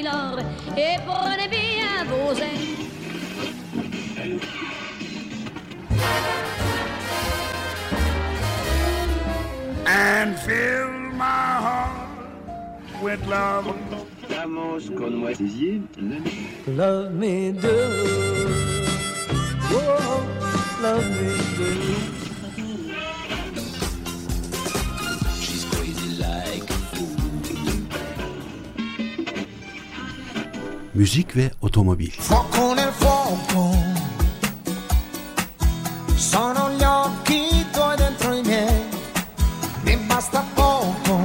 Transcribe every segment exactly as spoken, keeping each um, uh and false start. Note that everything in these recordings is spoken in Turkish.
Milord, et prenez bien vos ailes. And fill my heart with love. Love me do, oh, love me do. She's crazy like a fool. Müzik ve otomobil. Fuoco nel fuoco, sono gli occhi tuoi dentro i miei, mi basta poco.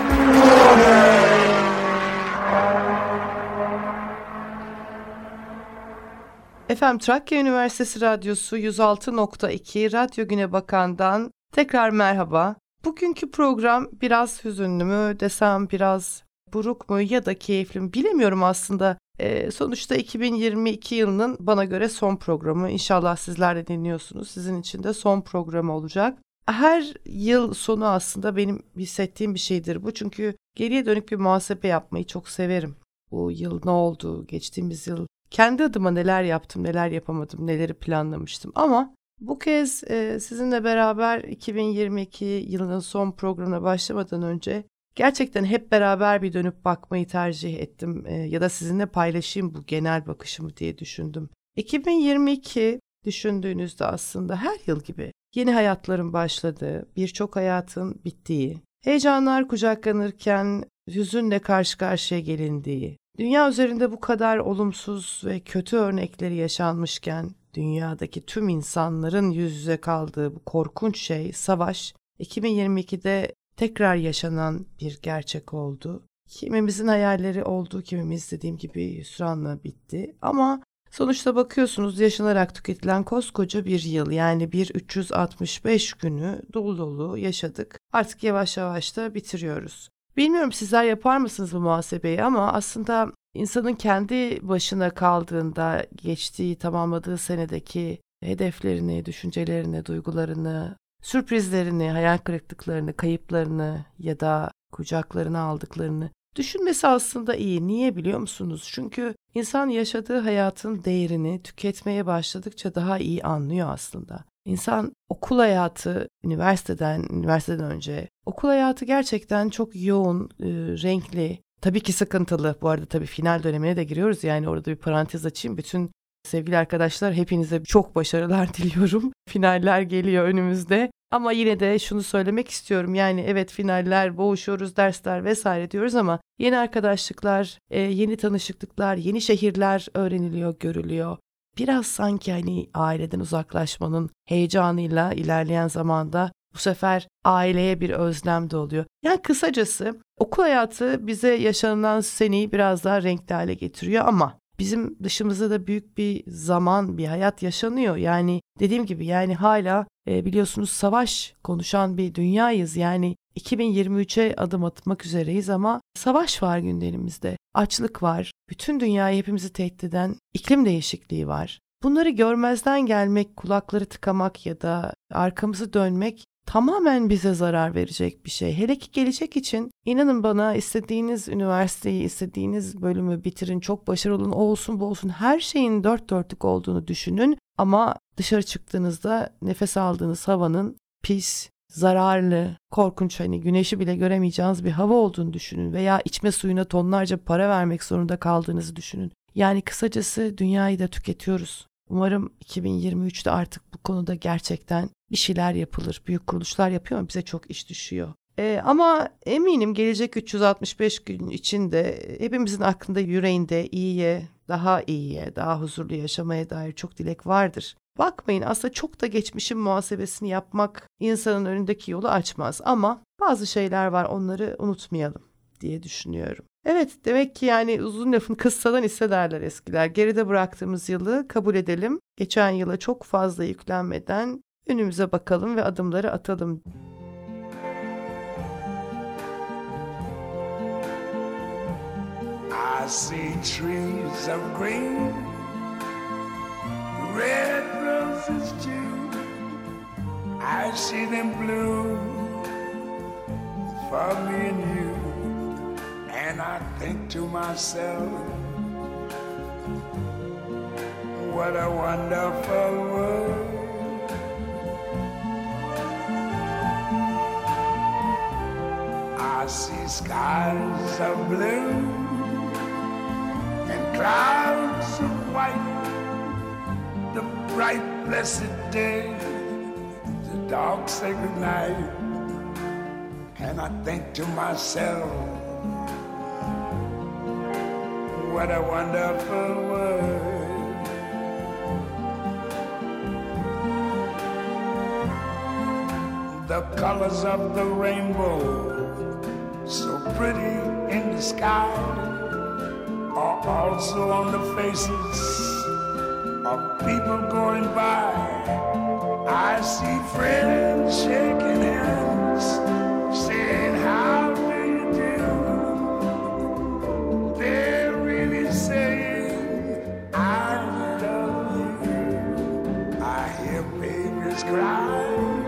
Efendim Trakya Üniversitesi Radyosu yüz altı nokta iki Radyo Güne Bakan'dan tekrar merhaba. Bugünkü program biraz hüzünlü mü desem, biraz buruk mu ya da keyifli mi bilemiyorum aslında. Ee, sonuçta iki bin yirmi iki yılının bana göre son programı. İnşallah sizler de dinliyorsunuz. Sizin için de son programı olacak. Her yıl sonu aslında benim hissettiğim bir şeydir bu. Çünkü geriye dönük bir muhasebe yapmayı çok severim. Bu yıl ne oldu? Geçtiğimiz yıl kendi adıma neler yaptım, neler yapamadım, neleri planlamıştım. Ama bu kez e, sizinle beraber iki bin yirmi iki yılının son programına başlamadan önce gerçekten hep beraber bir dönüp bakmayı tercih ettim. E, ya da sizinle paylaşayım bu genel bakışımı diye düşündüm. iki bin yirmi iki düşündüğünüzde aslında her yıl gibi yeni hayatların başladığı, birçok hayatın bittiği, heyecanlar kucaklanırken hüzünle karşı karşıya gelindiği, dünya üzerinde bu kadar olumsuz ve kötü örnekleri yaşanmışken dünyadaki tüm insanların yüz yüze kaldığı bu korkunç şey, savaş, iki bin yirmi ikide tekrar yaşanan bir gerçek oldu. Kimimizin hayalleri oldu, kimimiz dediğim gibi hüsranla bitti. Ama sonuçta bakıyorsunuz yaşanarak tüketilen koskoca bir yıl, yani bir üç yüz altmış beş günü dolu dolu yaşadık. Artık yavaş yavaş da bitiriyoruz. Bilmiyorum sizler yapar mısınız bu muhasebeyi ama aslında insanın kendi başına kaldığında geçtiği, tamamladığı senedeki hedeflerini, düşüncelerini, duygularını, sürprizlerini, hayal kırıklıklarını, kayıplarını ya da kucaklarına aldıklarını düşünmesi aslında iyi. Niye biliyor musunuz? Çünkü insan yaşadığı hayatın değerini tüketmeye başladıkça daha iyi anlıyor aslında. İnsan okul hayatı, üniversiteden, üniversiteden önce okul hayatı gerçekten çok yoğun, e, renkli, tabii ki sıkıntılı. Bu arada tabii final dönemine de giriyoruz, yani orada bir parantez açayım. Bütün sevgili arkadaşlar, hepinize çok başarılar diliyorum. Finaller geliyor önümüzde. Ama yine de şunu söylemek istiyorum. Yani evet, finaller, boğuşuyoruz, dersler vesaire diyoruz ama yeni arkadaşlıklar, e, yeni tanışıklıklar, yeni şehirler öğreniliyor, görülüyor. Biraz sanki hani aileden uzaklaşmanın heyecanıyla ilerleyen zamanda bu sefer aileye bir özlem de oluyor. Yani kısacası okul hayatı bize yaşanılan seneyi biraz daha renkli hale getiriyor ama bizim dışımızda da büyük bir zaman, bir hayat yaşanıyor. Yani dediğim gibi, yani hala e, biliyorsunuz savaş konuşan bir dünyayız. Yani iki bin yirmi üçe adım atmak üzereyiz ama savaş var gündemimizde. Açlık var. Bütün dünyayı, hepimizi tehdit eden iklim değişikliği var. Bunları görmezden gelmek, kulakları tıkamak ya da arkamızı dönmek tamamen bize zarar verecek bir şey. Hele ki gelecek için inanın bana, istediğiniz üniversiteyi, istediğiniz bölümü bitirin, çok başarılı olun, o olsun bu olsun, her şeyin dört dörtlük olduğunu düşünün. Ama dışarı çıktığınızda nefes aldığınız havanın pis, zararlı, korkunç, hani güneşi bile göremeyeceğiniz bir hava olduğunu düşünün veya içme suyuna tonlarca para vermek zorunda kaldığınızı düşünün. Yani kısacası dünyayı da tüketiyoruz. Umarım iki bin yirmi üçte artık bu konuda gerçekten bir şeyler yapılır. Büyük kuruluşlar yapıyor ama bize çok iş düşüyor. Ee, ama eminim gelecek üç yüz altmış beş gün içinde hepimizin aklında, yüreğinde iyiye, daha iyiye, daha huzurlu yaşamaya dair çok dilek vardır. Bakmayın, aslında çok da geçmişin muhasebesini yapmak insanın önündeki yolu açmaz ama bazı şeyler var, onları unutmayalım diye düşünüyorum. Evet, demek ki yani uzun lafın kıssadan ise derler eskiler. Geride bıraktığımız yılı kabul edelim. Geçen yıla çok fazla yüklenmeden önümüze bakalım ve adımları atalım. I see trees of green, red roses too. I see them bloom for me and you. And I think to myself, what a wonderful world. I see skies of blue and clouds of white, the bright blessed day, the dark sacred night. And I think to myself, what a wonderful world. The colors of the rainbow, so pretty in the sky, are also on the faces of people going by. I see friends shaking hands, saying how do you do. They're really saying I love you. I hear babies cry,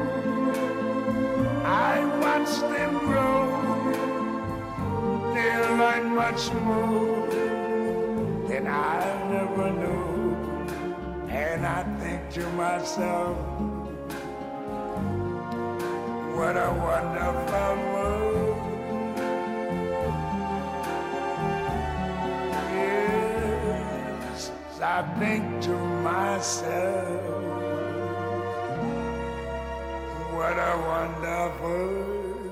I watch them grow. They'll learn much more than I never knew. And I think to myself, what a wonderful world. Yes, I think to myself, what a wonderful world.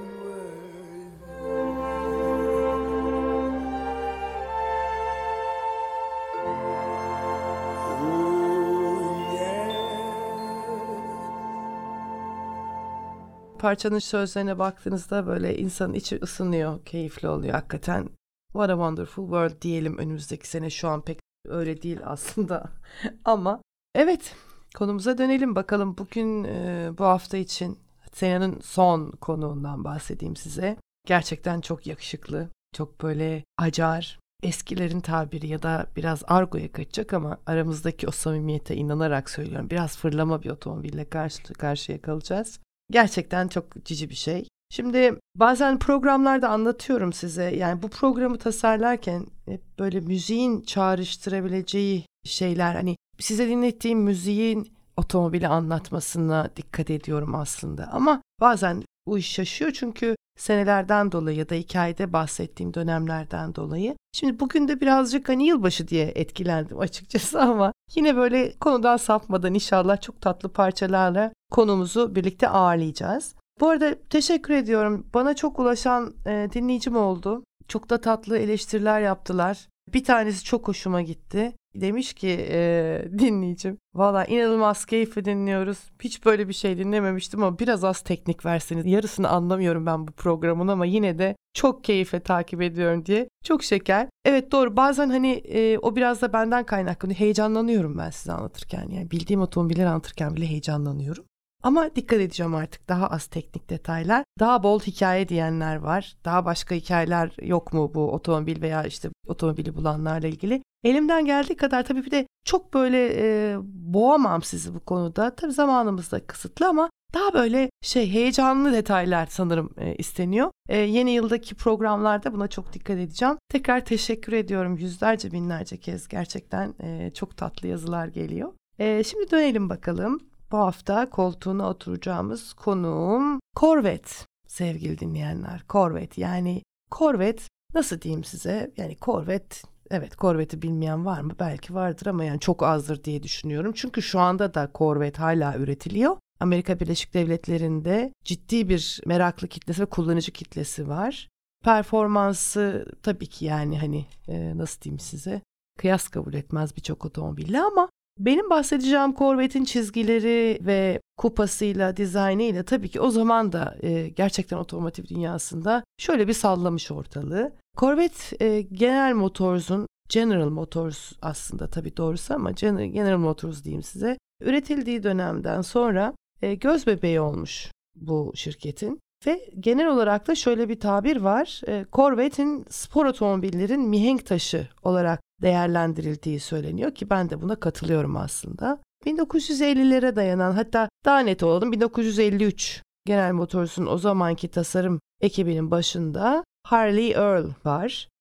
Parçanın sözlerine baktığınızda böyle insanın içi ısınıyor, keyifli oluyor hakikaten. What a wonderful world diyelim önümüzdeki sene, şu an pek öyle değil aslında. Ama evet, konumuza dönelim bakalım. Bugün e, bu hafta için senenin son konuğundan bahsedeyim size. Gerçekten çok yakışıklı, çok böyle acar, eskilerin tabiri ya da biraz argoya kaçacak ama aramızdaki o samimiyete inanarak söylüyorum. Biraz fırlama bir otomobille karşı karşıya kalacağız. Gerçekten çok cici bir şey. Şimdi bazen programlarda anlatıyorum size. Yani bu programı tasarlarken hep böyle müziğin çağrıştırabileceği şeyler, hani size dinlettiğim müziğin otomobili anlatmasına dikkat ediyorum aslında. Ama bazen bu iş şaşıyor çünkü senelerden dolayı ya da hikayede bahsettiğim dönemlerden dolayı. Şimdi bugün de birazcık hani yılbaşı diye etkilendim açıkçası ama yine böyle konudan sapmadan inşallah çok tatlı parçalarla konumuzu birlikte ağırlayacağız. Bu arada teşekkür ediyorum. Bana çok ulaşan e, dinleyicim oldu. Çok da tatlı eleştiriler yaptılar. Bir tanesi çok hoşuma gitti. Demiş ki e, dinleyicim, valla inanılmaz keyifli dinliyoruz. Hiç böyle bir şey dinlememiştim ama biraz az teknik verseniz. Yarısını anlamıyorum ben bu programın ama yine de çok keyifle takip ediyorum diye. Çok şeker. Evet, doğru, bazen hani e, o biraz da benden kaynaklanıyor. Heyecanlanıyorum ben size anlatırken. Yani bildiğim otomobilleri anlatırken bile heyecanlanıyorum. Ama dikkat edeceğim artık, daha az teknik detaylar, daha bol hikaye diyenler var. Daha başka hikayeler yok mu bu otomobil veya işte otomobili bulanlarla ilgili? Elimden geldiği kadar, tabii bir de çok böyle e, boğamam sizi bu konuda. Tabii zamanımız da kısıtlı ama daha böyle şey heyecanlı detaylar sanırım e, isteniyor. E, yeni yıldaki programlarda buna çok dikkat edeceğim. Tekrar teşekkür ediyorum yüzlerce binlerce kez, gerçekten e, çok tatlı yazılar geliyor. E, şimdi dönelim bakalım. Bu hafta koltuğuna oturacağımız konuğum Corvette sevgili dinleyenler. Corvette, yani Corvette nasıl diyeyim size? Yani Corvette, evet, Corvette'i bilmeyen var mı? Belki vardır ama yani çok azdır diye düşünüyorum. Çünkü şu anda da Corvette hala üretiliyor. Amerika Birleşik Devletleri'nde ciddi bir meraklı kitlesi ve kullanıcı kitlesi var. Performansı tabii ki yani hani e, nasıl diyeyim size? Kıyas kabul etmez birçok otomobille ama benim bahsedeceğim Corvette'in çizgileri ve kupasıyla, dizaynıyla tabii ki o zaman da e, gerçekten otomotiv dünyasında şöyle bir sallamış ortalığı. Corvette e, General Motors'un, General Motors aslında tabii doğrusu ama General Motors diyeyim size, üretildiği dönemden sonra e, göz bebeği olmuş bu şirketin. Ve genel olarak da şöyle bir tabir var, e, Corvette'in spor otomobillerin mihenk taşı olarak değerlendirildiği söyleniyor ki ben de buna katılıyorum aslında. bin dokuz yüz ellilere dayanan, hatta daha net olalım, bin dokuz yüz elli üç General Motors'un o zamanki tasarım ekibinin başında Harley Earl var.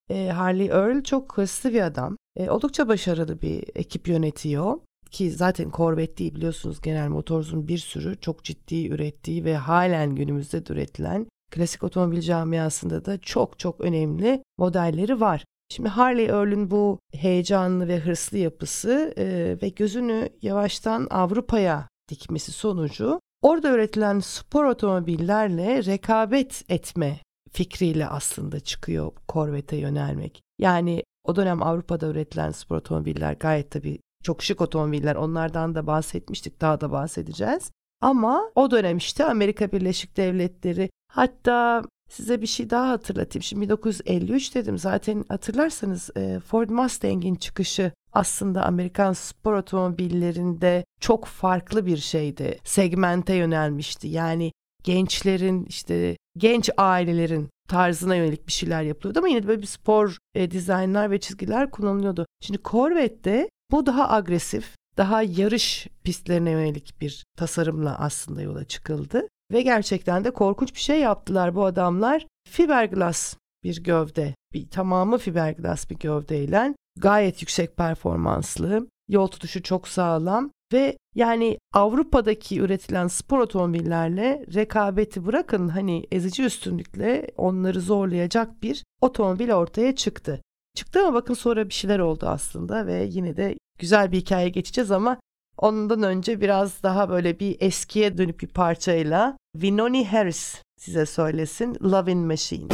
E, Harley Earl çok hırslı bir adam. E, oldukça başarılı bir ekip yönetiyor. Ki zaten Corvette değil biliyorsunuz, General Motors'un bir sürü çok ciddi ürettiği ve halen günümüzde de üretilen klasik otomobil camiasında da çok çok önemli modelleri var. Şimdi Harley Earl'ün bu heyecanlı ve hırslı yapısı e, ve gözünü yavaştan Avrupa'ya dikmesi sonucu orada üretilen spor otomobillerle rekabet etme fikriyle aslında çıkıyor Corvette'e yönelmek. Yani o dönem Avrupa'da üretilen spor otomobiller gayet tabii çok şık otomobiller, onlardan da bahsetmiştik, daha da bahsedeceğiz. Ama o dönem işte Amerika Birleşik Devletleri, hatta size bir şey daha hatırlatayım. Şimdi bin dokuz yüz elli üç dedim, zaten hatırlarsanız Ford Mustang'in çıkışı aslında Amerikan spor otomobillerinde çok farklı bir şeydi. Segmente yönelmişti. Yani gençlerin, işte genç ailelerin tarzına yönelik bir şeyler yapılıyordu ama yine de böyle bir spor e, dizaynlar ve çizgiler kullanılıyordu. Şimdi Corvette'de bu daha agresif, daha yarış pistlerine yönelik bir tasarımla aslında yola çıkıldı. Ve gerçekten de korkunç bir şey yaptılar bu adamlar. Fiberglass bir gövde, bir tamamı fiberglass bir gövdeyle gayet yüksek performanslı, yol tutuşu çok sağlam ve yani Avrupa'daki üretilen spor otomobillerle rekabeti bırakın, hani ezici üstünlükle onları zorlayacak bir otomobil ortaya çıktı. Çıktı ama bakın sonra bir şeyler oldu aslında ve yine de güzel bir hikaye geçeceğiz ama ondan önce biraz daha böyle bir eskiye dönüp bir parçayla Wynonie Harris size söylesin Lovin' Machine.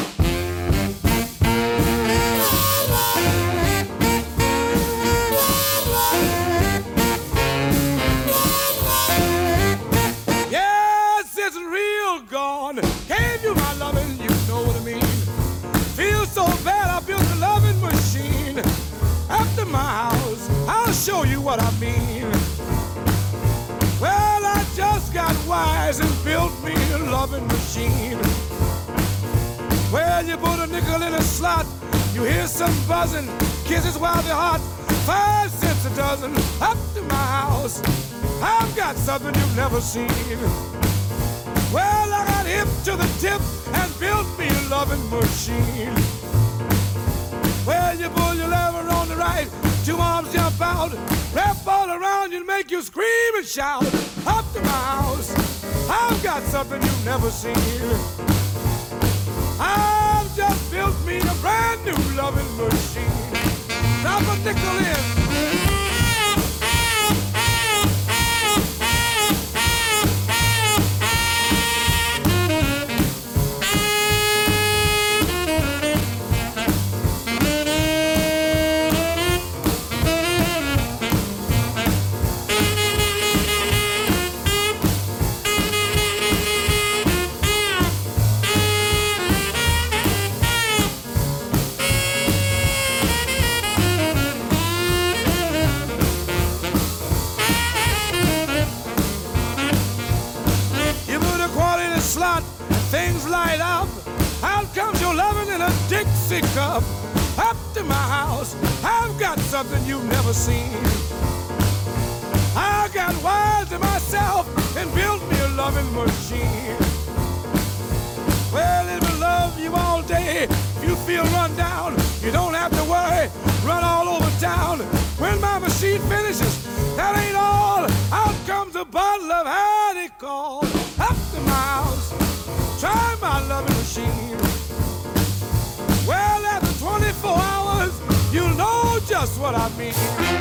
Yes, it's real gone. Gave you my lovin', you know what I mean. Feel so bad, I built a lovin' machine. After my house, I'll show you what I mean. Well, I just got wise and built me a loving machine. Well, you put a nickel in a slot, you hear some buzzing, kisses while they're hot, five cents a dozen, up to my house. I've got something you've never seen. Well, I got hip to the tip and built me a loving machine. Well, you pull your lever on the right, two arms jump out, wrap all around you and make you scream and shout. Up to my house, I've got something you've never seen. I've just built me a brand new loving machine. Drop a nickel in. Things light up, out comes your loving in a Dixie cup. Up to my house, I've got something you've never seen. I got wise to myself and built me a loving machine. Well, it will love you all day. If you feel run down, you don't have to worry, run all over town. When my machine finishes, that ain't all. Out comes a bottle of honeycomb. Up to my house, try my loving machine. Well, after twenty-four hours, you'll know just what I mean.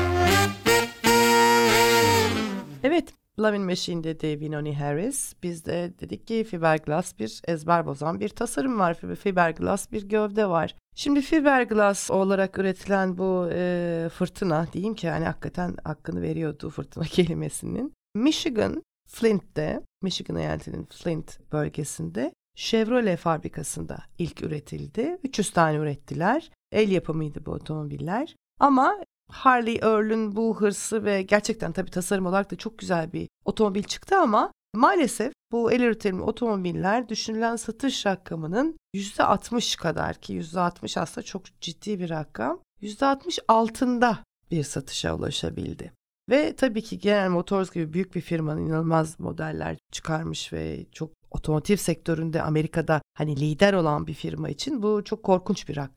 Evet, Lovin' Machine dedi Wynonie Harris. Biz de dedik ki fiberglass bir ezber bozan bir tasarım var. Fiberglass bir gövde var. Şimdi fiberglass olarak üretilen bu e, fırtına, diyeyim ki yani hakikaten hakkını veriyordu fırtına kelimesinin. Michigan, Flint'te, Michigan eyaletinin Flint bölgesinde Chevrolet fabrikasında ilk üretildi. üç yüz tane ürettiler. El yapımıydı bu otomobiller. Ama Harley Earl'ün bu hırsı ve gerçekten tabii tasarım olarak da çok güzel bir otomobil çıktı ama maalesef bu el üretimli otomobiller düşünülen satış rakamının yüzde altmış kadar, ki yüzde altmış aslında çok ciddi bir rakam, yüzde altmış altında bir satışa ulaşabildi. Ve tabii ki General Motors gibi büyük bir firmanın inanılmaz modeller çıkarmış ve çok otomotiv sektöründe Amerika'da hani lider olan bir firma için bu çok korkunç bir rakam.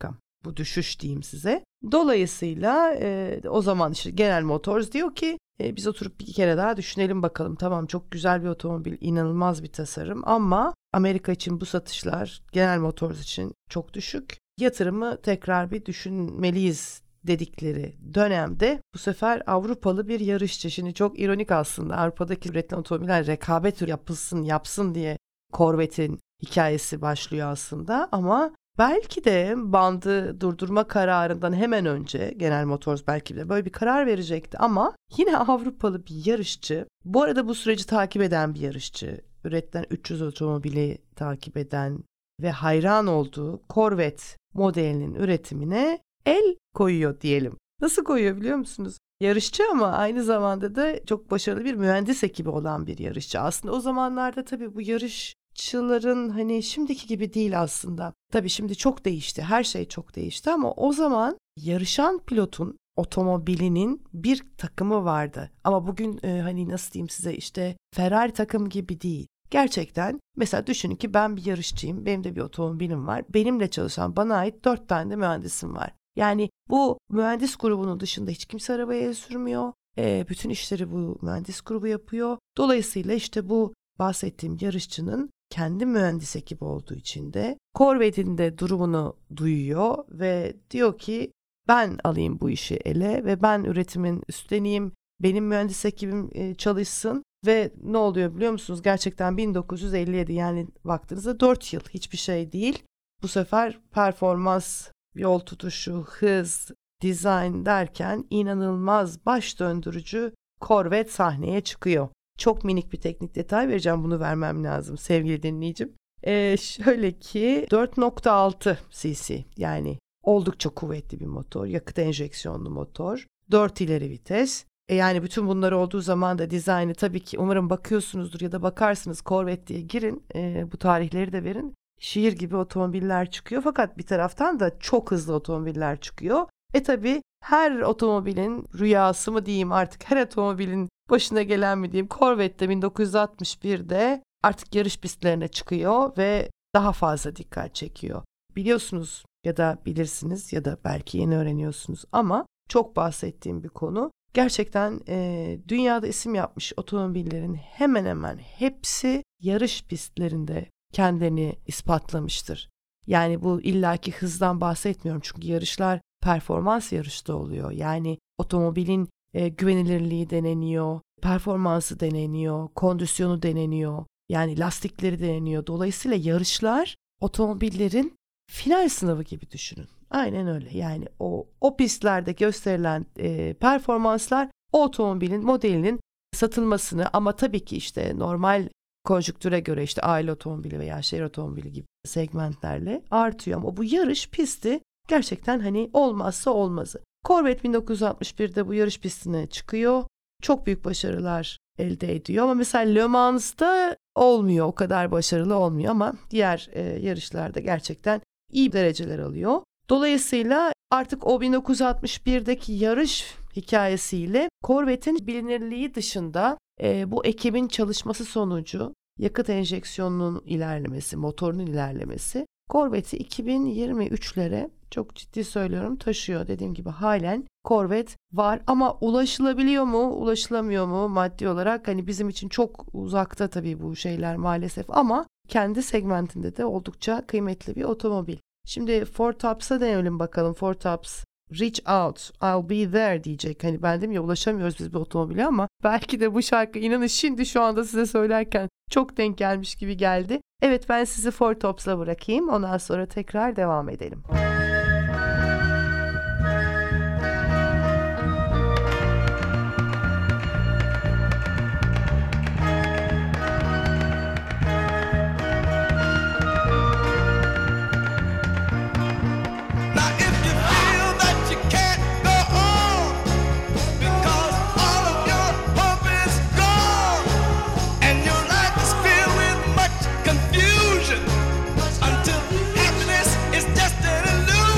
bu düşüş diyeyim size. Dolayısıyla e, o zaman işte General Motors diyor ki e, biz oturup bir kere daha düşünelim bakalım. Tamam, çok güzel bir otomobil, inanılmaz bir tasarım ama Amerika için bu satışlar General Motors için çok düşük. Yatırımı tekrar bir düşünmeliyiz dedikleri dönemde bu sefer Avrupalı bir yarışçı, şimdi çok ironik aslında, Avrupa'daki üretilen otomobiller rekabet yapılsın yapsın diye Corvette'in hikayesi başlıyor aslında ama belki de bandı durdurma kararından hemen önce General Motors belki de böyle bir karar verecekti ama yine Avrupalı bir yarışçı, bu arada bu süreci takip eden bir yarışçı, üretilen üç yüz otomobili takip eden ve hayran olduğu Corvette modelinin üretimine el koyuyor diyelim. Nasıl koyuyor biliyor musunuz? Yarışçı ama aynı zamanda da çok başarılı bir mühendis ekibi olan bir yarışçı. Aslında o zamanlarda tabii bu yarışçıların hani şimdiki gibi değil aslında. Tabii şimdi çok değişti, her şey çok değişti ama o zaman yarışan pilotun otomobilinin bir takımı vardı. Ama bugün e, hani nasıl diyeyim size, işte Ferrari takım gibi değil. Gerçekten mesela düşünün ki ben bir yarışçıyım, benim de bir otomobilim var. Benimle çalışan, bana ait dört tane de mühendisim var. Yani bu mühendis grubunun dışında hiç kimse arabaya el sürmüyor. E, bütün işleri bu mühendis grubu yapıyor. Dolayısıyla işte bu bahsettiğim yarışçının kendi mühendis ekibi olduğu için de Corvette'in de durumunu duyuyor ve diyor ki ben alayım bu işi ele ve ben üretimin üstleneyim, benim mühendis ekibim e, çalışsın. Ve ne oluyor biliyor musunuz? Gerçekten bin dokuz yüz elli yedi, yani baktığınızda dört yıl hiçbir şey değil. Bu sefer performans, yol tutuşu, hız, dizayn derken inanılmaz baş döndürücü Corvette sahneye çıkıyor. Çok minik bir teknik detay vereceğim, bunu vermem lazım sevgili dinleyicim. Ee, şöyle ki dört nokta altı cc, yani oldukça kuvvetli bir motor, yakıt enjeksiyonlu motor, dört ileri vites. E yani bütün bunlar olduğu zaman da dizaynı tabii ki umarım bakıyorsunuzdur ya da bakarsınız, Corvette diye girin, e, bu tarihleri de verin. Şiir gibi otomobiller çıkıyor fakat bir taraftan da çok hızlı otomobiller çıkıyor. E tabii her otomobilin rüyası mı diyeyim artık, her otomobilin başına gelen mi diyeyim, Corvette de bin dokuz yüz altmış birde artık yarış pistlerine çıkıyor ve daha fazla dikkat çekiyor. Biliyorsunuz ya da bilirsiniz ya da belki yeni öğreniyorsunuz ama çok bahsettiğim bir konu. Gerçekten e, dünyada isim yapmış otomobillerin hemen hemen hepsi yarış pistlerinde kendini ispatlamıştır. Yani bu illaki hızdan bahsetmiyorum çünkü yarışlar performans yarışta oluyor. Yani otomobilin e, güvenilirliği deneniyor, performansı deneniyor, kondisyonu deneniyor, yani lastikleri deneniyor. Dolayısıyla yarışlar otomobillerin final sınavı gibi düşünün. Aynen öyle. Yani o o pistlerde gösterilen e, performanslar o otomobilin modelinin satılmasını, ama tabii ki işte normal konjüktüre göre işte aile otomobili veya şehir otomobili gibi segmentlerle artıyor ama bu yarış pisti gerçekten hani olmazsa olmazı. Corvette bin dokuz yüz altmış birde bu yarış pistine çıkıyor. Çok büyük başarılar elde ediyor ama mesela Le Mans'ta olmuyor, o kadar başarılı olmuyor ama diğer e, yarışlarda gerçekten iyi dereceler alıyor. Dolayısıyla artık o bin dokuz yüz altmış birdeki yarış hikayesiyle Corvette'in bilinirliği dışında e, bu ekibin çalışması sonucu yakıt enjeksiyonunun ilerlemesi, motorunun ilerlemesi Corvette'i iki bin yirmi üçlere çok ciddi söylüyorum taşıyor. Dediğim gibi halen Corvette var ama ulaşılabiliyor mu, ulaşılamıyor mu maddi olarak? Hani bizim için çok uzakta tabii bu şeyler maalesef ama kendi segmentinde de oldukça kıymetli bir otomobil. Şimdi Four Tops'a deneyelim bakalım. Four Tops Reach Out, I'll Be There diyecek. Hani ben dedim ya, ulaşamıyoruz biz bu otomobile ama belki de bu şarkı inanın şimdi şu anda size söylerken çok denk gelmiş gibi geldi. Evet, ben sizi Four Tops'la bırakayım. Ondan sonra tekrar devam edelim. Until happiness is just an illusion.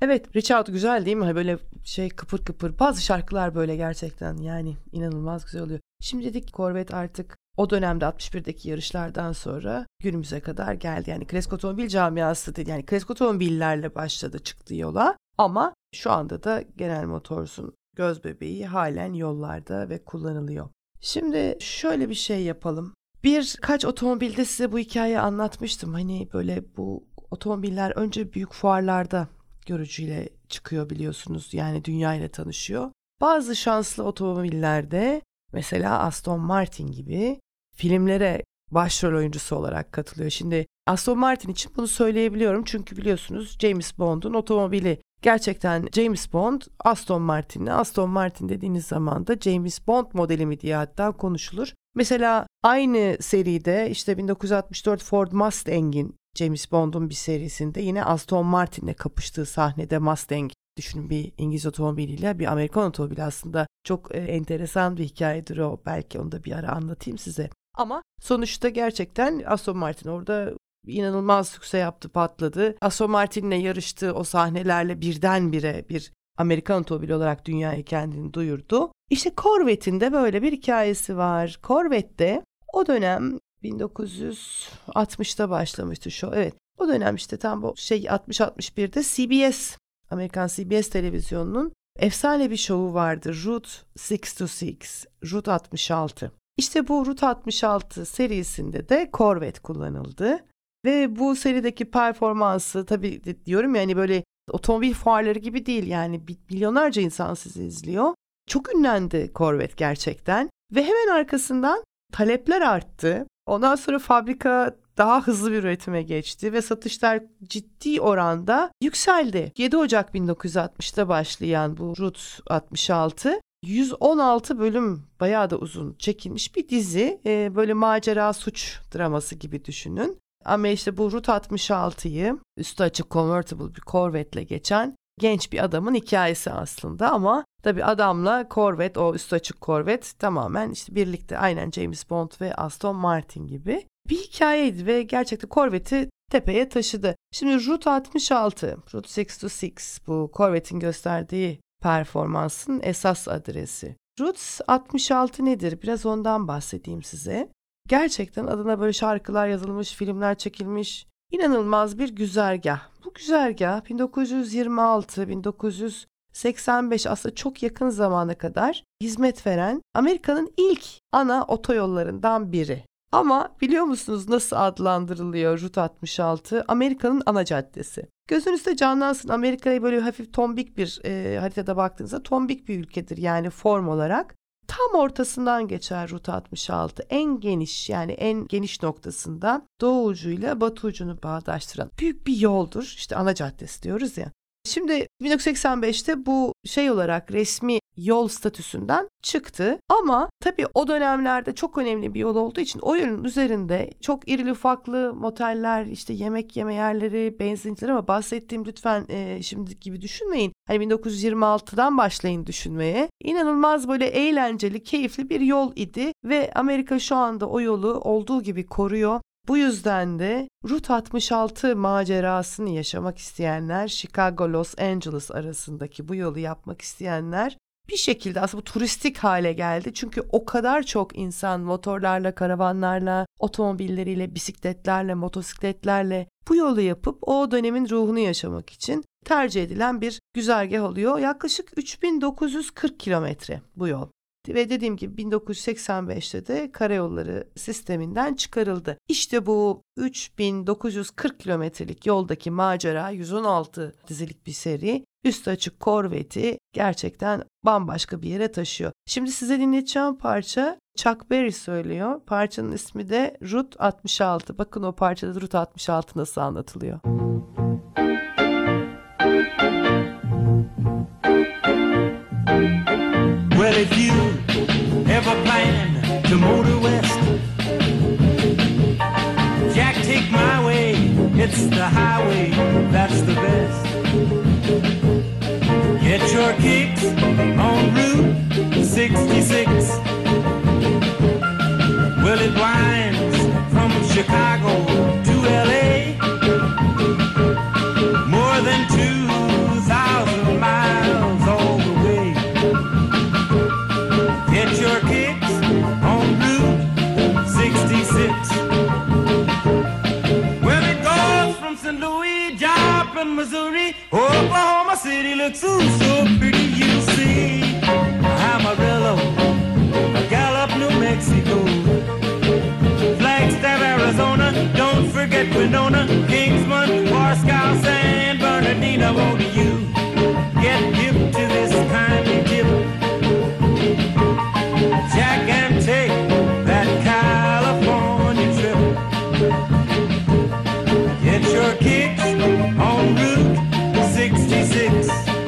Evet, Reach Out güzel değil mi? Hani böyle şey kıpır kıpır. Bazı şarkılar böyle gerçekten yani inanılmaz güzel oluyor. Şimdi dedik Corvette artık o dönemde altmış birdeki yarışlardan sonra günümüze kadar geldi. Yani klasik otomobil camiası değil. Yani klasik otomobillerle başladı, çıktı yola. Ama şu anda da General Motors'un göz bebeği halen yollarda ve kullanılıyor. Şimdi şöyle bir şey yapalım. Birkaç otomobilde size bu hikayeyi anlatmıştım. Hani böyle bu otomobiller önce büyük fuarlarda görücüyle çıkıyor biliyorsunuz. Yani dünya ile tanışıyor. Bazı şanslı otomobillerde mesela Aston Martin gibi filmlere başrol oyuncusu olarak katılıyor. Şimdi Aston Martin için bunu söyleyebiliyorum çünkü biliyorsunuz James Bond'un otomobili. Gerçekten James Bond Aston Martin'le, Aston Martin dediğiniz zaman da James Bond modeli mi diye hatta konuşulur. Mesela aynı seride işte bin dokuz yüz altmış dört Ford Mustang'in James Bond'un bir serisinde yine Aston Martin'le kapıştığı sahnede Mustang, düşünün bir İngiliz otomobiliyle bir Amerikan otomobili, aslında çok e, enteresan bir hikayedir o. Belki onu da bir ara anlatayım size. Ama sonuçta gerçekten Aston Martin orada inanılmaz sükse yaptı, patladı. Aston Martin'le yarıştığı o sahnelerle birdenbire bir Amerikan otomobili olarak dünyaya kendini duyurdu. İşte Corvette'in de böyle bir hikayesi var. Corvette'de o dönem bin dokuz yüz altmışta başlamıştı şu. Evet. O dönem işte tam bu şey altmış altmış birde C B S, Amerikan C B S televizyonunun efsane bir şovu vardı. Route altı altı altı. Route altmış altı. İşte bu Route altmış altı serisinde de Corvette kullanıldı. Ve bu serideki performansı tabii diyorum ya hani böyle otomobil fuarları gibi değil, yani milyonlarca insan sizi izliyor. Çok ünlendi Corvette gerçekten ve hemen arkasından talepler arttı. Ondan sonra fabrika daha hızlı bir üretime geçti ve satışlar ciddi oranda yükseldi. yedi Ocak bin dokuz yüz altmışta başlayan bu Route altmış altı yüz on altı bölüm, bayağı da uzun çekilmiş bir dizi. Ee, böyle macera suç draması gibi düşünün. Ama işte bu Route altmış altıyı üstü açık convertible bir Corvette'le geçen genç bir adamın hikayesi aslında, ama tabii adamla Corvette, o üstü açık Corvette tamamen işte birlikte, aynen James Bond ve Aston Martin gibi bir hikayeydi ve gerçekten Corvette'i tepeye taşıdı. Şimdi Route altmış altı, Route altı altı altı bu Corvette'in gösterdiği performansın esas adresi. Route altmış altı nedir? Biraz ondan bahsedeyim size. Gerçekten adına böyle şarkılar yazılmış, filmler çekilmiş, inanılmaz bir güzergah. Bu güzergah bin dokuz yüz yirmi altı bin dokuz yüz seksen beş aslında çok yakın zamana kadar hizmet veren Amerika'nın ilk ana otoyollarından biri. Ama biliyor musunuz nasıl adlandırılıyor Route altmış altı? Amerika'nın ana caddesi. Gözünüzde canlansın, Amerika'ya böyle hafif tombik bir e, haritada baktığınızda tombik bir ülkedir yani form olarak. Tam ortasından geçer Route altmış altı. En geniş, yani en geniş noktasında doğu ucuyla batı ucunu bağdaştıran büyük bir yoldur. İşte ana caddesi diyoruz ya. Şimdi bin dokuz yüz seksen beşte bu şey olarak resmi yol statüsünden çıktı. Ama tabii o dönemlerde çok önemli bir yol olduğu için o yolun üzerinde çok irili ufaklı moteller, işte yemek yeme yerleri, benzinciler, ama bahsettiğim lütfen e, şimdiki gibi düşünmeyin. Hani bin dokuz yüz yirmi altıdan başlayın düşünmeye. İnanılmaz böyle eğlenceli, keyifli bir yol idi ve Amerika şu anda o yolu olduğu gibi koruyor. Bu yüzden de Route altmış altı macerasını yaşamak isteyenler, Chicago-Los Angeles arasındaki bu yolu yapmak isteyenler bir şekilde aslında bu turistik hale geldi. Çünkü o kadar çok insan motorlarla, karavanlarla, otomobilleriyle, bisikletlerle, motosikletlerle bu yolu yapıp o dönemin ruhunu yaşamak için tercih edilen bir güzergah oluyor. Yaklaşık üç bin dokuz yüz kırk kilometre bu yol. Ve dediğim gibi bin dokuz yüz seksen beşte de karayolları sisteminden çıkarıldı. İşte bu üç bin dokuz yüz kırk kilometrelik yoldaki macera, yüz on altı dizilik bir seri, üstü açık Corvette'i gerçekten bambaşka bir yere taşıyor. Şimdi size dinleteceğim parça Chuck Berry söylüyor. Parçanın ismi de Route altmış altı. Bakın o parçada Route altmış altı nasıl anlatılıyor. Well, if you ever plan to motor west, Jack, take my way, it's the highway, that's the best. Get your kicks on Route sixty-six. Well, it winds from Chicago to L A, more than two thousand Missouri, Oklahoma City looks ooh so pretty, you see. Amarillo, Gallup, New Mexico, Flagstaff, Arizona, don't forget Winona, Kingsman, Moscow, San Bernardino, won't you get hip to this kindly tip? Jack and take that California trip. Get your kicks on Route sixty-six.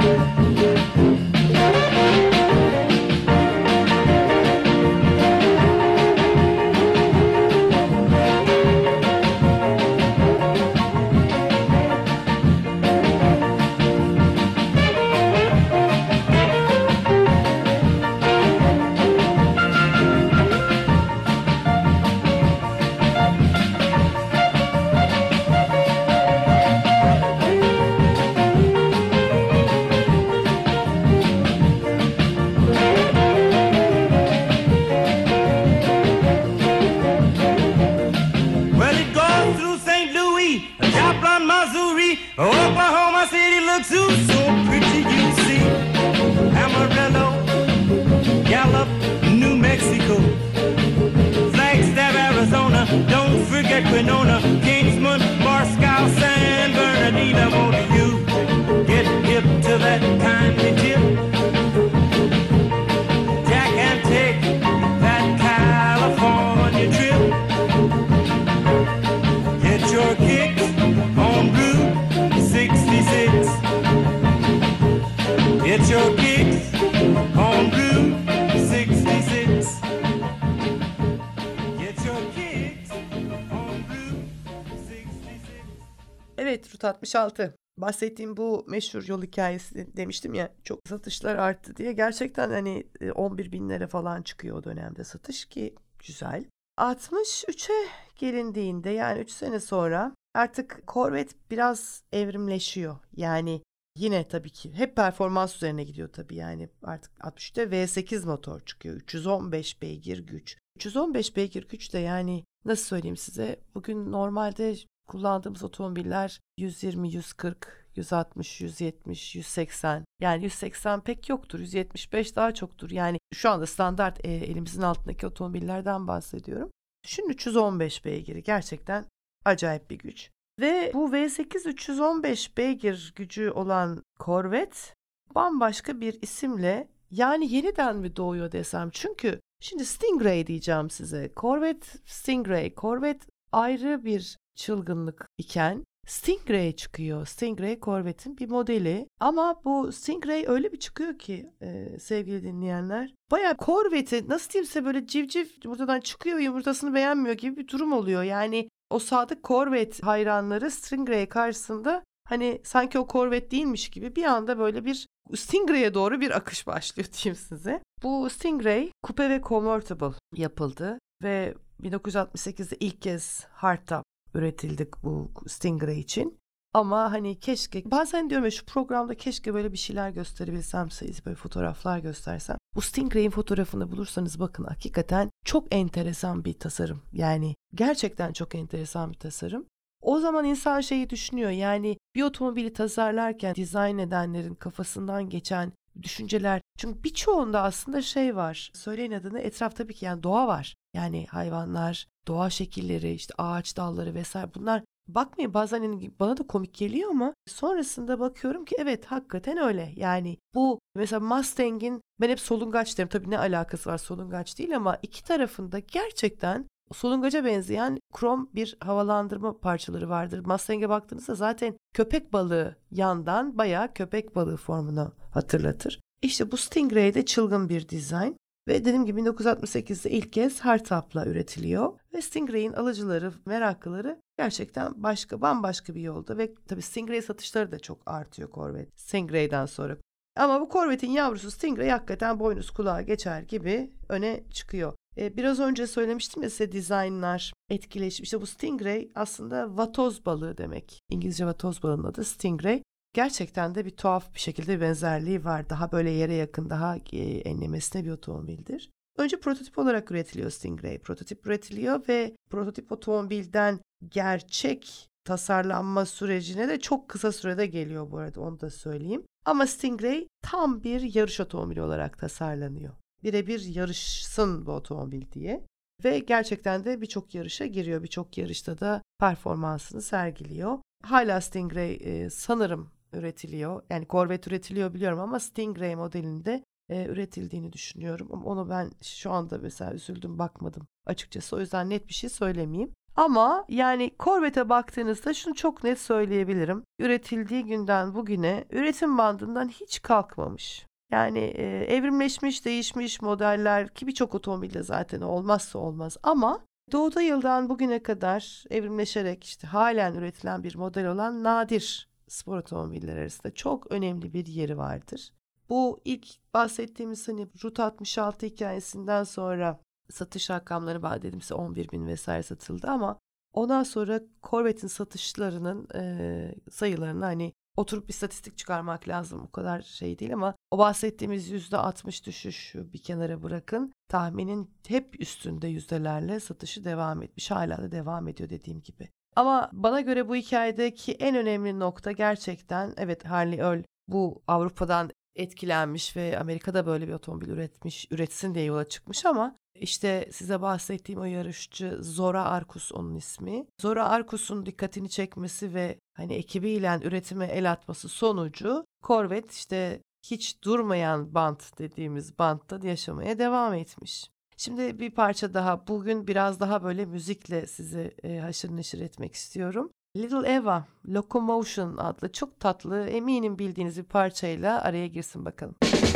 Well, it goes through Saint Louis, Joplin, Missouri, Oklahoma City looks ooh so pretty, you see. Amarillo, Gallup, New Mexico, Flagstaff, Arizona, don't forget Winona, Kingsman, Moscow, San Bernardino, won't you get hip to that kindly tip? Jack and take that California trip. Get your kicks on Route sixty-six. Get your kicks on Route sixty-six. Get your kicks on Route sixty-six. Evet, Rut altmış altı. Bahsettiğim bu meşhur yol hikayesi demiştim ya, çok satışlar arttı diye. Gerçekten hani e, on bir binlere falan çıkıyor o dönemde satış, ki güzel. altmış üçe gelindiğinde, yani üç sene sonra artık Corvette biraz evrimleşiyor. Yani yine tabii ki hep performans üzerine gidiyor tabii, yani artık altmış üçte V sekiz motor çıkıyor. üç yüz on beş beygir güç. üç yüz on beş beygir güç de, yani nasıl söyleyeyim size, bugün normalde kullandığımız otomobiller yüz yirmi, yüz kırk, yüz altmış, yüz yetmiş, yüz seksen. Yani yüz seksen pek yoktur. yüz yetmiş beş daha çoktur. Yani şu anda standart e, elimizin altındaki otomobillerden bahsediyorum. Düşünün, üç yüz on beş beygiri gerçekten acayip bir güç. Ve bu V sekiz üç yüz on beş beygir gücü olan Corvette bambaşka bir isimle, yani yeniden mi doğuyor desem? Çünkü şimdi Stingray diyeceğim size. Corvette Stingray. Corvette ayrı bir çılgınlık iken Stingray çıkıyor. Stingray Corvette'in bir modeli. Ama bu Stingray öyle bir çıkıyor ki e, sevgili dinleyenler. Bayağı Corvette'i nasıl diyeyim size, böyle civciv yumurtadan çıkıyor, yumurtasını beğenmiyor gibi bir durum oluyor. Yani o sadık Corvette hayranları Stingray karşısında hani sanki o Corvette değilmiş gibi bir anda böyle bir Stingray'e doğru bir akış başlıyor diyeyim size. Bu Stingray coupe ve convertible yapıldı ve bin dokuz yüz altmış sekizde ilk kez hardtop üretildi bu Stingray için. Ama hani keşke, bazen diyorum ya, şu programda keşke böyle bir şeyler gösterebilsem size, böyle fotoğraflar göstersem. Bu Stingray'in fotoğrafını bulursanız bakın, hakikaten çok enteresan bir tasarım. Yani gerçekten çok enteresan bir tasarım. O zaman insan şeyi düşünüyor, yani bir otomobili tasarlarken dizayn edenlerin kafasından geçen düşünceler. Çünkü birçoğunda aslında şey var, söyleyin adını, etraf tabii ki, yani doğa var. Yani hayvanlar, doğa şekilleri, işte ağaç dalları vesaire, bunlar bakmayın bazen hani bana da komik geliyor ama sonrasında bakıyorum ki evet, hakikaten öyle. Yani bu mesela Mustang'in, ben hep solungaç derim, tabii ne alakası var, solungaç değil ama iki tarafında gerçekten solungaca benzeyen krom bir havalandırma parçaları vardır. Mustang'e baktığınızda zaten köpek balığı yandan bayağı köpek balığı formunu hatırlatır. İşte bu Stingray'de çılgın bir dizayn ve dediğim gibi bin dokuz yüz altmış sekizde ilk kez hardtop'la üretiliyor ve Stingray'in alıcıları, meraklıları gerçekten başka, bambaşka bir yolda ve tabii Stingray satışları da çok artıyor Corvette Stingray'den sonra. Ama bu Corvette'in yavrusu Stingray hakikaten boynuz kulağa geçer gibi öne çıkıyor. Ee, biraz önce söylemiştim ya size, dizaynlar etkileşim. İşte bu Stingray aslında vatoz balığı demek. İngilizce vatoz balığının adı Stingray. Gerçekten de bir tuhaf bir şekilde bir benzerliği var. Daha böyle yere yakın, daha e, enlemesine bir otomobildir. Önce prototip olarak üretiliyor Stingray. Prototip üretiliyor ve prototip otomobilden gerçek tasarlanma sürecine de çok kısa sürede geliyor bu arada, onu da söyleyeyim. Ama Stingray tam bir yarış otomobili olarak tasarlanıyor. Birebir yarışsın bu otomobil diye. Ve gerçekten de birçok yarışa giriyor. Birçok yarışta da performansını sergiliyor. Hala Stingray e, sanırım üretiliyor. Yani Corvette üretiliyor biliyorum ama Stingray modelinde e, üretildiğini düşünüyorum. Ama onu ben şu anda mesela üzüldüm, bakmadım açıkçası. O yüzden net bir şey söylemeyeyim. Ama yani Corvette'e baktığınızda şunu çok net söyleyebilirim. Üretildiği günden bugüne üretim bandından hiç kalkmamış. Yani e, evrimleşmiş, değişmiş modeller ki birçok otomobilde zaten olmazsa olmaz. Ama doğduğu yıldan bugüne kadar evrimleşerek işte halen üretilen bir model olan nadir spor otomobiller arasında çok önemli bir yeri vardır. Bu ilk bahsettiğimiz hani Route altmış altı hikayesinden sonra satış rakamları ben dedim size on bir bin vesaire satıldı ama ondan sonra Corvette'in satışlarının e, sayılarını hani oturup bir statistik çıkarmak lazım, o kadar şey değil ama o bahsettiğimiz yüzde altmış düşüş bir kenara bırakın, tahminin hep üstünde yüzdelerle satışı devam etmiş, hala da devam ediyor dediğim gibi. Ama bana göre bu hikayedeki en önemli nokta gerçekten evet Harley Earl bu Avrupa'dan etkilenmiş ve Amerika'da böyle bir otomobil üretmiş, üretsin diye yola çıkmış ama işte size bahsettiğim o yarışçı Zora Arkus onun ismi. Zora Arkus'un dikkatini çekmesi ve hani ekibiyle üretime el atması sonucu Corvette işte hiç durmayan bant dediğimiz bantta yaşamaya devam etmiş. Şimdi bir parça daha, bugün biraz daha böyle müzikle sizi e, haşır neşir etmek istiyorum. Little Eva, Locomotion adlı çok tatlı, eminim bildiğiniz bir parçayla araya girsin bakalım.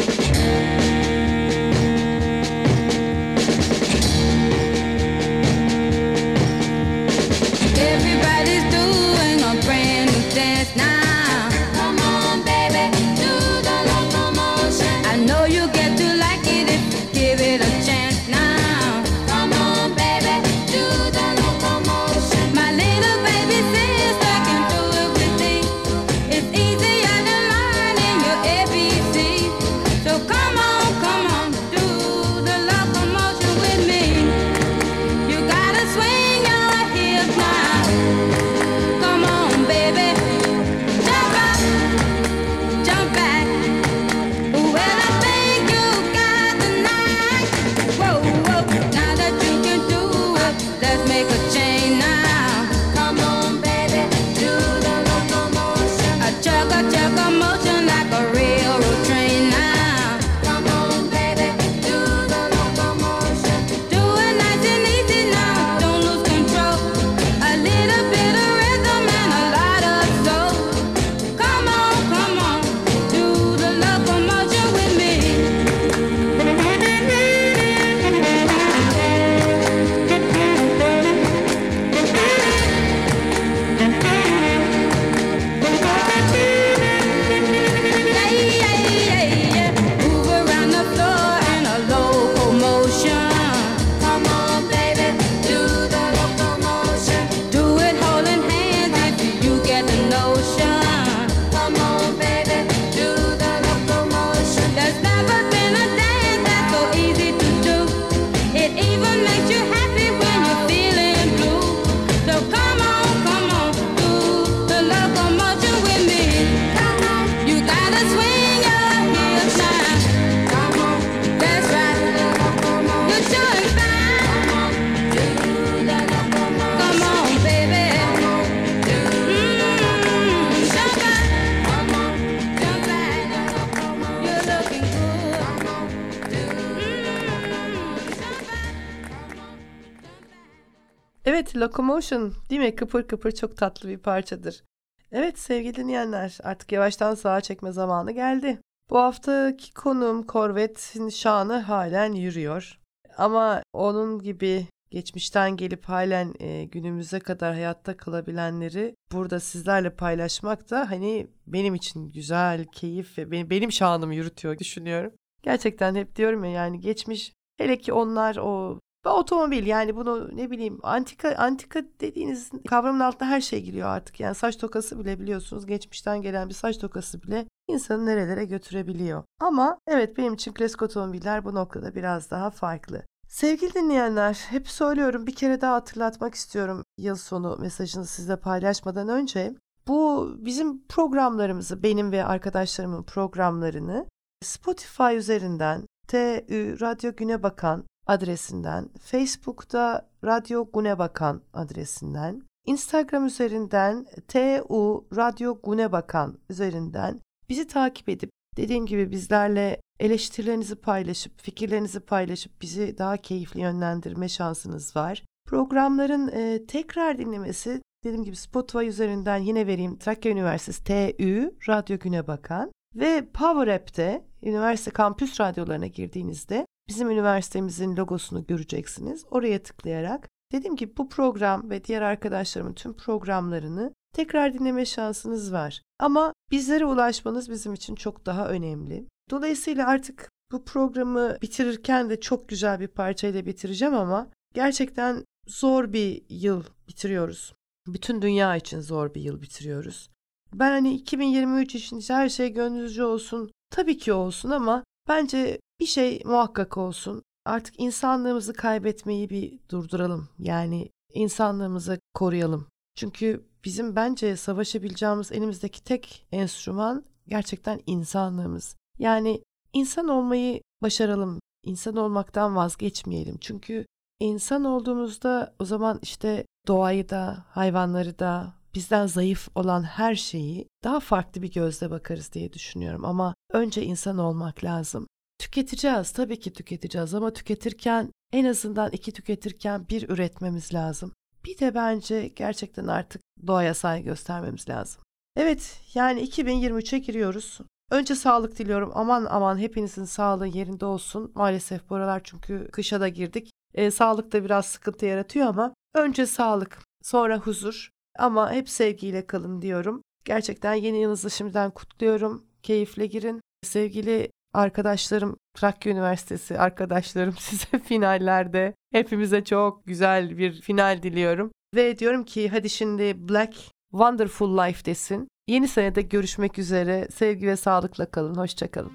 Everybody's doing a brand new dance now. Come on, baby, do the locomotion. I know you get to like it if you give it a chance now. Come on, baby, do the locomotion. My little baby sister can do it with me. It's easier than learning your A B C. So come on, come on, do the locomotion with me. You gotta swing your hips now. Come on, baby, jump up, jump back. Well, I think you got the knack. Whoa, whoa, now that you can do it, let's make a change now. Come on, baby, do the locomotion. A chug a chug a motion like a railroad train now. Come on, baby, do the locomotion. Do it nice and easy now, don't lose control. A little bit of rhythm and a lot of soul. Come on, come on, do the locomotion with me. Yeah, yeah, yeah, yeah. Move around the floor in a locomotion. Come on, baby, do the locomotion. Do it holding hands if you get the notion. Come on, baby, do the locomotion. There's never been a dance that's so easy to do. It even makes you happy when you're feeling blue. So come on, come on, do the locomotion with me. Come on, you gotta swing your hips now. Come on, that's right. You're doing fine. Come on, do the locomotion. Come on, baby. Mm, jump back. Come on, jump back. You're looking good. Come on, do mm, jump back. Evet, Locomotion değil mi? Kıpır kıpır çok tatlı bir parçadır. Evet sevgili dinleyenler, artık yavaştan sağa çekme zamanı geldi. Bu haftaki konum Corvette'in şanı halen yürüyor. Ama onun gibi geçmişten gelip halen e, günümüze kadar hayatta kalabilenleri burada sizlerle paylaşmak da hani benim için güzel, keyif ve benim, benim şanımı yürütüyor düşünüyorum. Gerçekten hep diyorum ya, yani geçmiş, hele ki onlar o ve otomobil, yani bunu ne bileyim antika antika dediğiniz kavramın altında her şey giriyor artık. Yani saç tokası bile biliyorsunuz, geçmişten gelen bir saç tokası bile insanı nerelere götürebiliyor. Ama evet, benim için klasik otomobiller bu noktada biraz daha farklı. Sevgili dinleyenler, hep söylüyorum, bir kere daha hatırlatmak istiyorum yıl sonu mesajını sizle paylaşmadan önce. Bu bizim programlarımızı, benim ve arkadaşlarımın programlarını Spotify üzerinden T Ü Radyo Günebakan adresinden, Facebook'ta Radyo Günebakan adresinden, Instagram üzerinden T U Radyo Günebakan üzerinden bizi takip edip, dediğim gibi bizlerle eleştirilerinizi paylaşıp, fikirlerinizi paylaşıp bizi daha keyifli yönlendirme şansınız var. Programların e, tekrar dinlemesi, dediğim gibi Spotify üzerinden yine vereyim, Trakya Üniversitesi T Ü Radyo Günebakan ve Power App'te üniversite kampüs radyolarına girdiğinizde bizim üniversitemizin logosunu göreceksiniz. Oraya tıklayarak, dediğim gibi bu program ve diğer arkadaşlarımın tüm programlarını tekrar dinleme şansınız var. Ama bizlere ulaşmanız bizim için çok daha önemli. Dolayısıyla artık bu programı bitirirken de çok güzel bir parçayla bitireceğim ama gerçekten zor bir yıl bitiriyoruz. Bütün dünya için zor bir yıl bitiriyoruz. Ben hani iki bin yirmi üç için her şey gönlünüzce olsun, tabii ki olsun ama bence bir şey muhakkak olsun. Artık insanlığımızı kaybetmeyi bir durduralım. Yani insanlığımızı koruyalım. Çünkü bizim bence savaşabileceğimiz elimizdeki tek enstrüman gerçekten insanlığımız. Yani insan olmayı başaralım. İnsan olmaktan vazgeçmeyelim. Çünkü insan olduğumuzda o zaman işte doğayı da, hayvanları da, bizden zayıf olan her şeyi daha farklı bir gözle bakarız diye düşünüyorum. Ama önce insan olmak lazım. Tüketeceğiz, tabii ki tüketeceğiz ama tüketirken en azından iki tüketirken bir üretmemiz lazım. Bir de bence gerçekten artık doğaya saygı göstermemiz lazım. Evet, yani iki bin yirmi üçe giriyoruz. Önce sağlık diliyorum. Aman aman hepinizin sağlığı yerinde olsun. Maalesef bu aralar çünkü kışa da girdik. E, sağlık da biraz sıkıntı yaratıyor ama önce sağlık, sonra huzur. Ama hep sevgiyle kalın diyorum. Gerçekten yeni yılınızı şimdiden kutluyorum. Keyifle girin. Sevgili arkadaşlarım, Trakya Üniversitesi arkadaşlarım, size finallerde hepimize çok güzel bir final diliyorum. Ve diyorum ki hadi şimdi Black Wonderful Life desin. Yeni senede görüşmek üzere. Sevgi ve sağlıkla kalın. Hoşça kalın.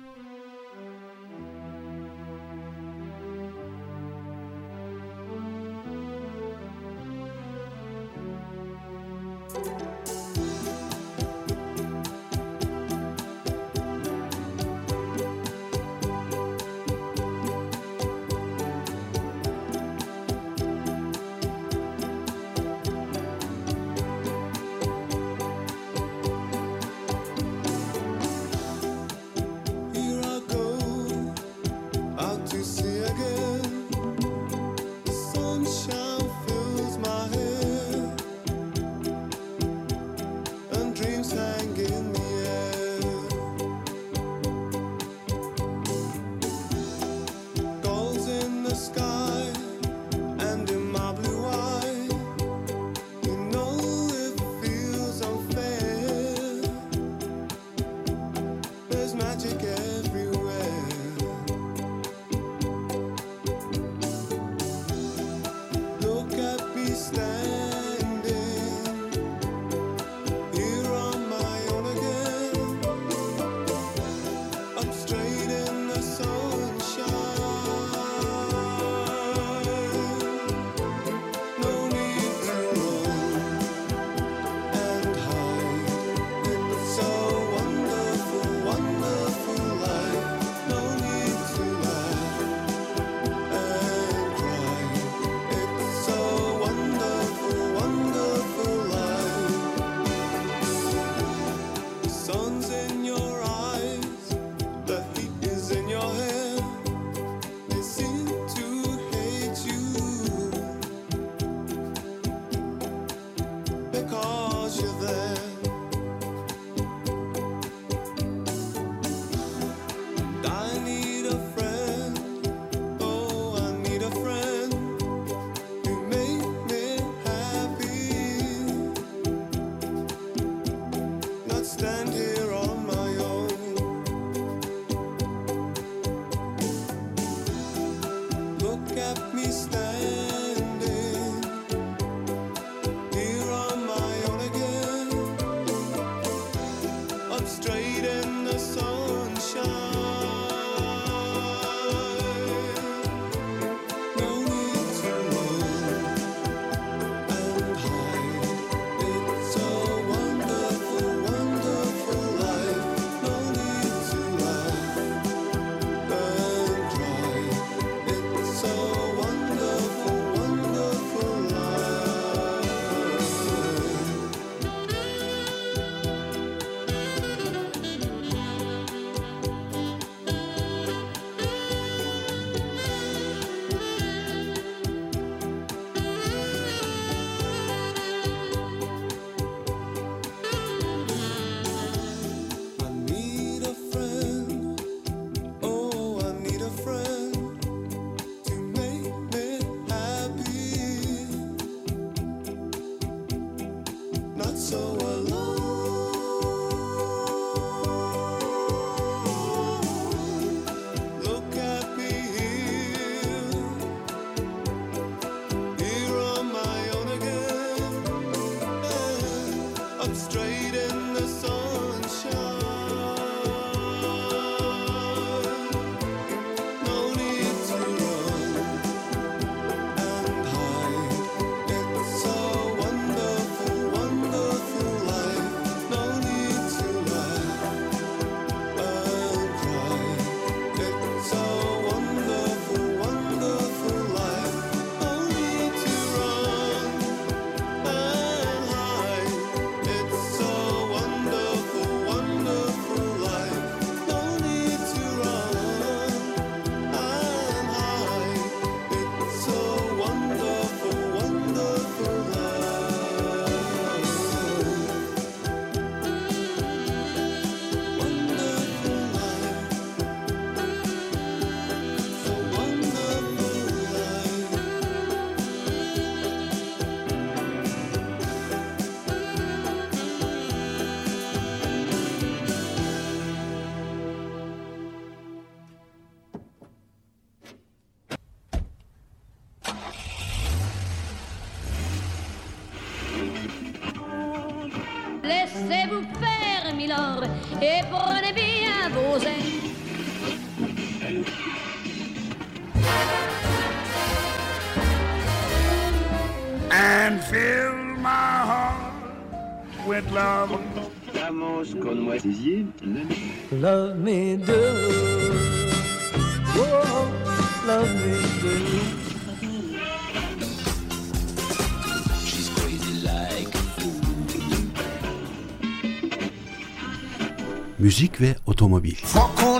No so alone. Look at me here, here on my own again, up straight in the sunshine. No need to run and hide. It's a wonderful, wonderful life. No need to laugh and cry. It's a wonderful, wonderful life. No need to run and hide. It's a wonderful, wonderful life. No need to run and hide. It's a wonderful, wonderful life. Wonderful life. It's a wonderful life. Laissez-vous faire, milord, et prenez bien vos ailes. And fill my heart with love. Love me do. Whoa, love me do. She's crazy like a fool. Müzik ve otomobil. Fuoco